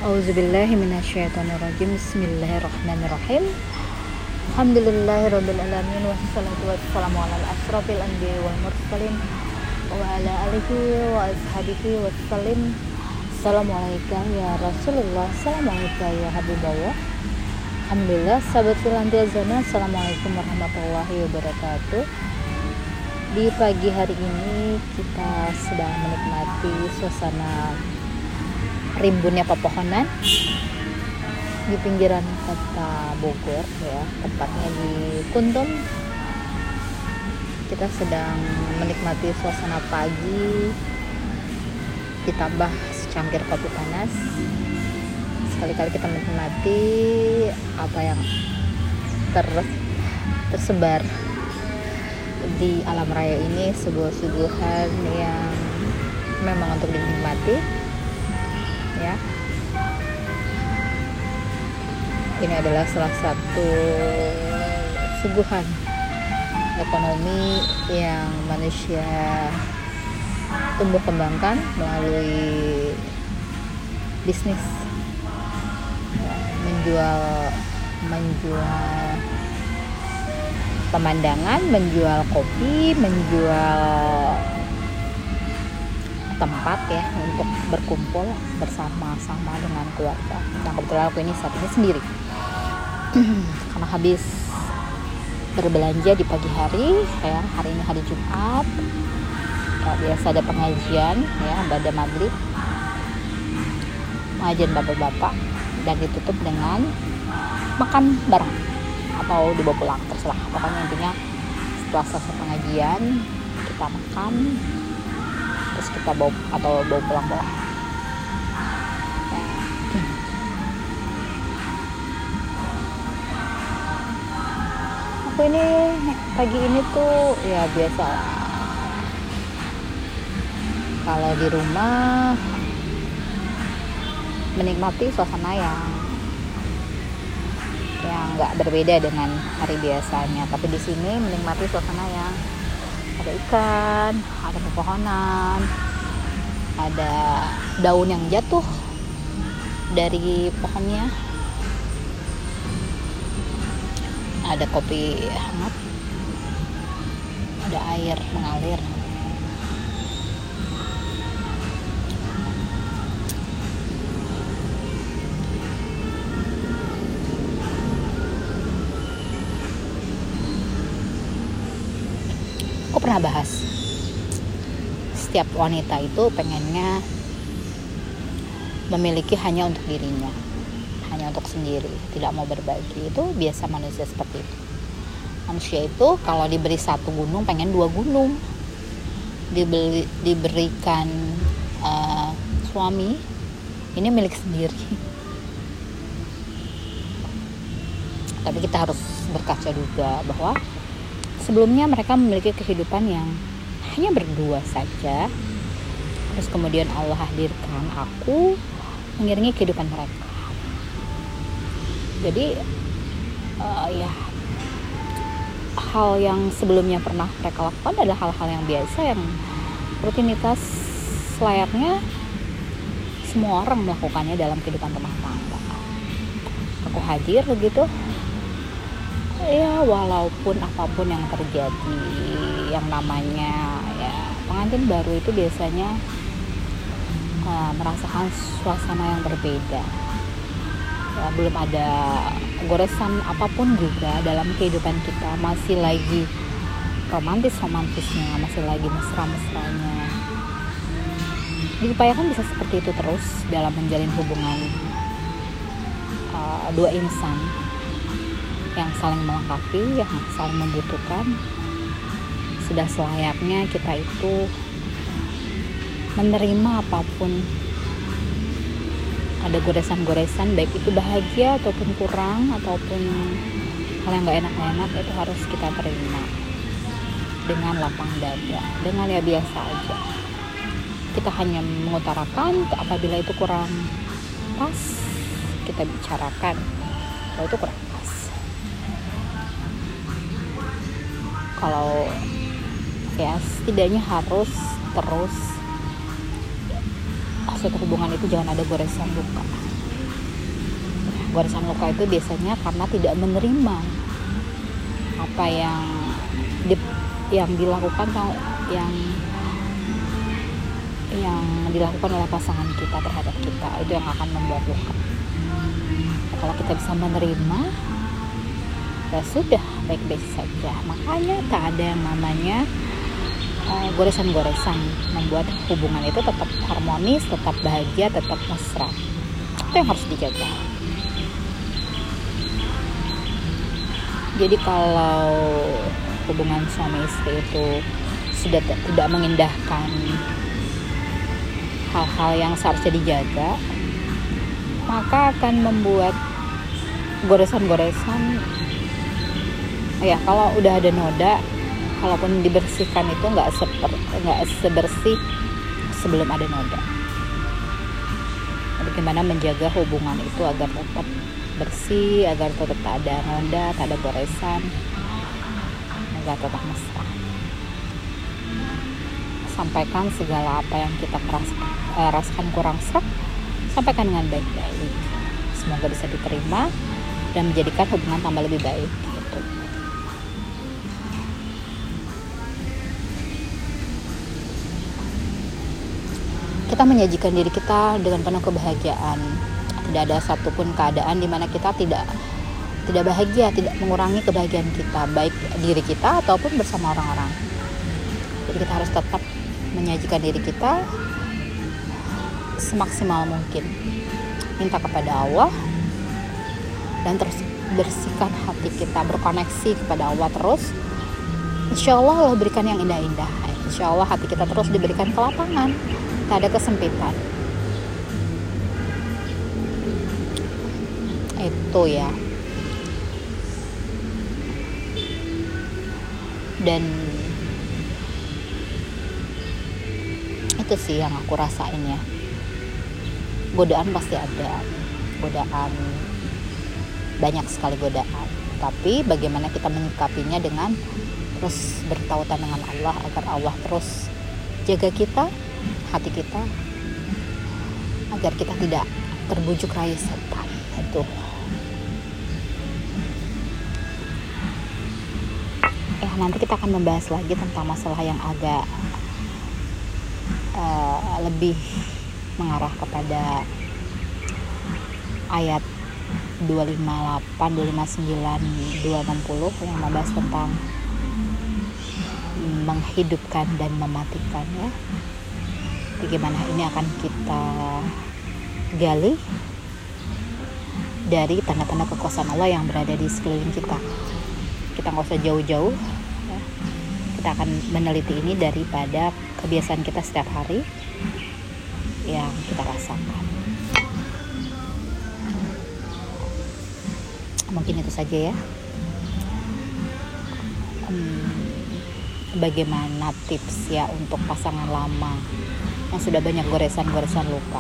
Auzubillahi minasyaitonirrajim. Bismillahirrahmanirrahim. Alhamdulillahirabbil alamin wassalatu wassalamu ala asyrofil anbiya'i wal mursalin wa ala alihi wa ashabihi wassalim. Assalamualaikum ya Rasulullah, assalamualaikum ya Habibullah. Alhamdulillah, sahabat Filantiazana, assalamualaikum warahmatullahi wabarakatuh. Di pagi hari ini kita sedang menikmati suasana rimbunnya pepohonan di pinggiran kota Bogor, ya, tepatnya di Kuntum. Kita sedang menikmati suasana pagi ditambah secangkir kopi panas. Sekali-kali kita menikmati apa yang tersebar di alam raya ini, sebuah suguhan yang memang untuk dinikmati, ya. Ini adalah salah satu suguhan ekonomi yang manusia tumbuh kembangkan melalui bisnis, ya, menjual pemandangan, menjual kopi, menjual tempat, ya, untuk berkumpul bersama-sama dengan keluarga. Nah, kebetulan aku ini saat ini sendiri karena habis berbelanja di pagi hari, ya. Hari ini hari Jumat, biasa ada pengajian, ya, pada maghrib, pengajian bapak-bapak, dan ditutup dengan makan bareng atau dibawa pulang, terserah. Pokoknya intinya setelah selesai pengajian kita makan, terus kita bawa pulang. Aku ini pagi ini tuh ya biasa kalau di rumah menikmati suasana yang nggak berbeda dengan hari biasanya, tapi di sini menikmati suasana yang ada ikan, ada pepohonan, ada daun yang jatuh dari pohonnya, ada kopi hangat, ada air mengalir. Aku pernah bahas, setiap wanita itu pengennya memiliki hanya untuk dirinya, hanya untuk sendiri, tidak mau berbagi. Itu biasa manusia seperti itu. Manusia itu kalau diberi satu gunung pengen dua gunung. Diberikan suami, ini milik sendiri. Tapi kita harus berkaca juga bahwa sebelumnya mereka memiliki kehidupan yang hanya berdua saja. Terus kemudian Allah hadirkan aku mengiringi kehidupan mereka. Jadi ya, hal yang sebelumnya pernah mereka lakukan adalah hal-hal yang biasa, yang rutinitas layaknya semua orang melakukannya dalam kehidupan rumah tangga. Aku hadir begitu, ya, walaupun apapun yang terjadi, yang namanya, ya, pengantin baru itu biasanya merasakan suasana yang berbeda, ya. Belum ada goresan apapun juga dalam kehidupan kita, masih lagi romantisnya, masih lagi mesra-mesranya. Diupayakan bisa seperti itu terus dalam menjalin hubungan dua insan yang saling melengkapi, yang saling membutuhkan. Sudah selayaknya kita itu menerima apapun ada goresan-goresan, baik itu bahagia ataupun kurang, ataupun hal yang gak enak-enak, itu harus kita terima dengan lapang dada, dengan ya biasa aja. Kita hanya mengutarakan apabila itu kurang pas, kita bicarakan kalau itu kurang pas. Kalau ya setidaknya harus terus suatu hubungan itu jangan ada goresan luka. Goresan luka itu biasanya karena tidak menerima apa yang dilakukan yang dilakukan oleh pasangan kita terhadap kita. Itu yang akan membuat luka. Kalau kita bisa menerima, ya sudah, baik-baik saja. Makanya tak ada yang namanya goresan-goresan. Membuat hubungan itu tetap harmonis, tetap bahagia, tetap mesra. Itu yang harus dijaga. Jadi kalau hubungan suami istri itu sudah tidak mengindahkan hal-hal yang seharusnya dijaga, maka akan membuat goresan-goresan. Ya, kalau udah ada noda, kalaupun dibersihkan itu nggak sebersih sebelum ada noda. Bagaimana menjaga hubungan itu agar tetap bersih, agar tetap tak ada noda, tak ada goresan, agar tetap mesra. Sampaikan segala apa yang kita rasakan kurang serak, sampaikan dengan baik-baik. Semoga bisa diterima dan menjadikan hubungan tambah lebih baik gitu. Kita menyajikan diri kita dengan penuh kebahagiaan. Tidak ada satupun keadaan di mana kita tidak bahagia, tidak mengurangi kebahagiaan kita, baik diri kita ataupun bersama orang-orang. Jadi kita harus tetap menyajikan diri kita semaksimal mungkin. Minta kepada Allah dan terus bersihkan hati kita, berkoneksi kepada Allah terus. Insya Allah Allah berikan yang indah-indah. Insya Allah hati kita terus diberikan kelapangan, tak ada kesempitan. Itu ya. Dan itu sih yang aku rasain ya. Godaan pasti ada, godaan, banyak sekali godaan, tapi bagaimana kita menyikapinya dengan terus bertautan dengan Allah, agar Allah terus jaga kita, hati kita, agar kita tidak terbujuk rayu setan. Itu nanti kita akan membahas lagi tentang masalah yang agak lebih mengarah kepada ayat 258, 259, 260 yang membahas tentang menghidupkan dan mematikan ya. Bagaimana ini akan kita gali dari tanda-tanda kekuasaan Allah yang berada di sekeliling kita. Kita nggak usah jauh-jauh ya. Kita akan meneliti ini daripada kebiasaan kita setiap hari yang kita rasakan. Mungkin itu saja ya. Bagaimana tips ya untuk pasangan lama yang sudah banyak goresan-goresan luka?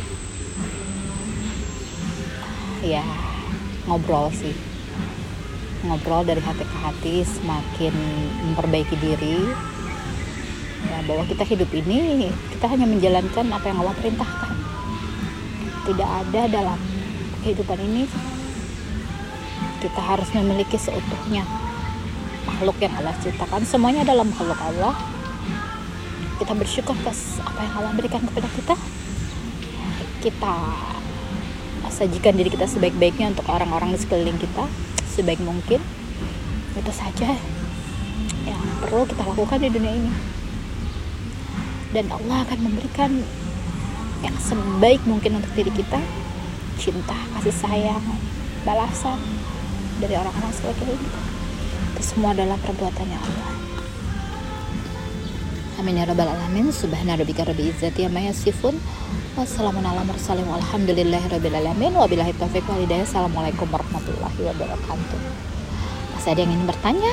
Ya, ngobrol sih. Ngobrol dari hati ke hati, semakin memperbaiki diri ya, bahwa kita hidup ini kita hanya menjalankan apa yang Allah perintahkan. Tidak ada dalam kehidupan ini kita harus memiliki seutuhnya makhluk yang Allah ciptakan. Semuanya adalah makhluk Allah. Kita bersyukur atas apa yang Allah berikan kepada kita. Kita sajikan diri kita sebaik-baiknya untuk orang-orang di sekeliling kita, sebaik mungkin. Itu saja yang perlu kita lakukan di dunia ini, dan Allah akan memberikan yang sebaik mungkin untuk diri kita. Cinta, kasih sayang, balasan dari orang-orang sekeliling kita. Itu semua adalah perbuatannya Allah. Amin ya rabbal alamin. Subhana rabbika rabbil izzati amma yasifun, wassalamun ala mursalin walhamdulillahi rabbil alamin, wabillahi taufiq wal hidayah. Assalamualaikum warahmatullahi wabarakatuh. Masih ada yang ingin bertanya?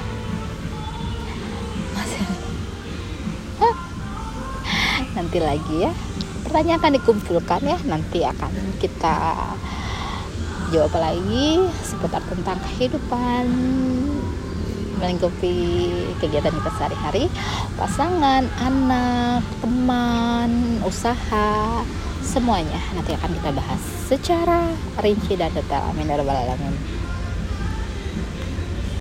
Nanti lagi ya, pertanyaan akan dikumpulkan ya, nanti akan kita jawab lagi seputar tentang kehidupan melingkupi kegiatan kita sehari-hari, pasangan, anak, teman, usaha, semuanya nanti akan kita bahas secara rinci dan detail. Amin ya rabbal alamin.